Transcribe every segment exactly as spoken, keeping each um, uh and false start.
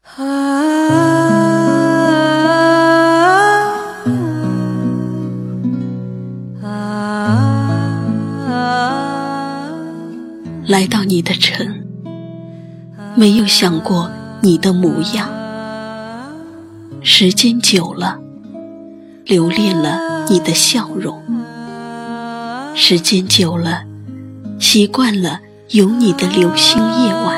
来到你的城，没有想过你的模样，时间久了，留恋了你的笑容，时间久了，习惯了有你的流星夜晚，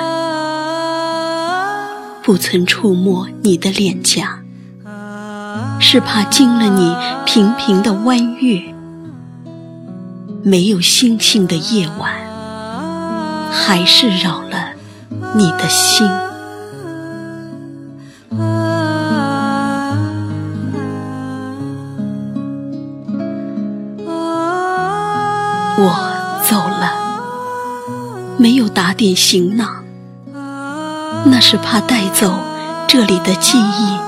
不曾触摸你的脸颊，是怕惊了你平平的弯月。没有星星的夜晚，还是扰了你的心。我走了，没有打点行囊，那是怕带走这里的记忆。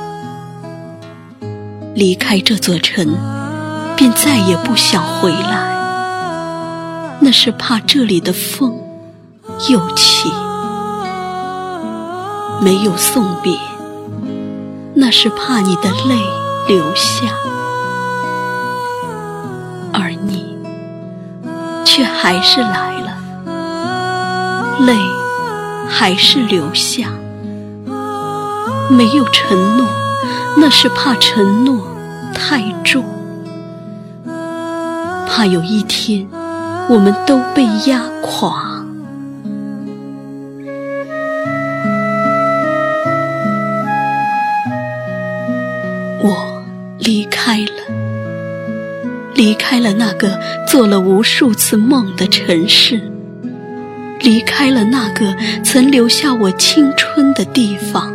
离开这座城，便再也不想回来，那是怕这里的风又起。没有送别，那是怕你的泪流下，而你却还是来了，泪还是流下。没有承诺，那是怕承诺太重，怕有一天我们都被压垮。我离开了，离开了那个做了无数次梦的城市，离开了那个曾留下我青春的地方。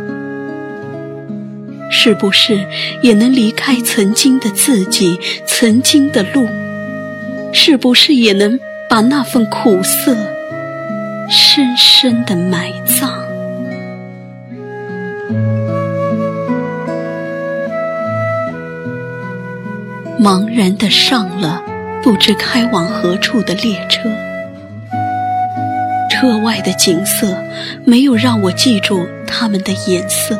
是不是也能离开曾经的自己，曾经的路？是不是也能把那份苦涩深深地埋葬？茫然地上了不知开往何处的列车，车外的景色没有让我记住它们的颜色。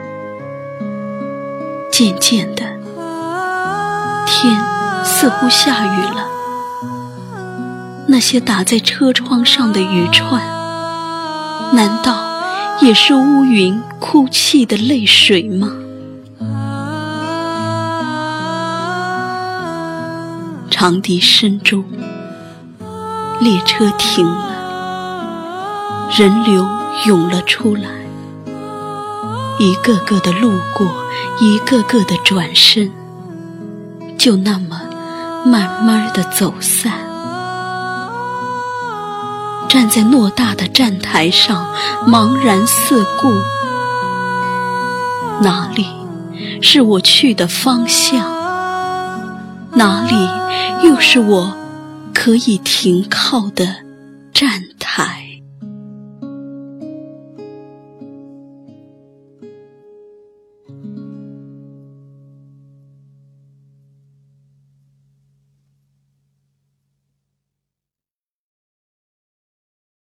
渐渐的，天似乎下雨了，那些打在车窗上的雨串，难道也是乌云哭泣的泪水吗？长笛声中，列车停了，人流涌了出来，一个个的路过，一个个的转身，就那么慢慢地走散。站在偌大的站台上，茫然四顾，哪里是我去的方向？哪里又是我可以停靠的站台？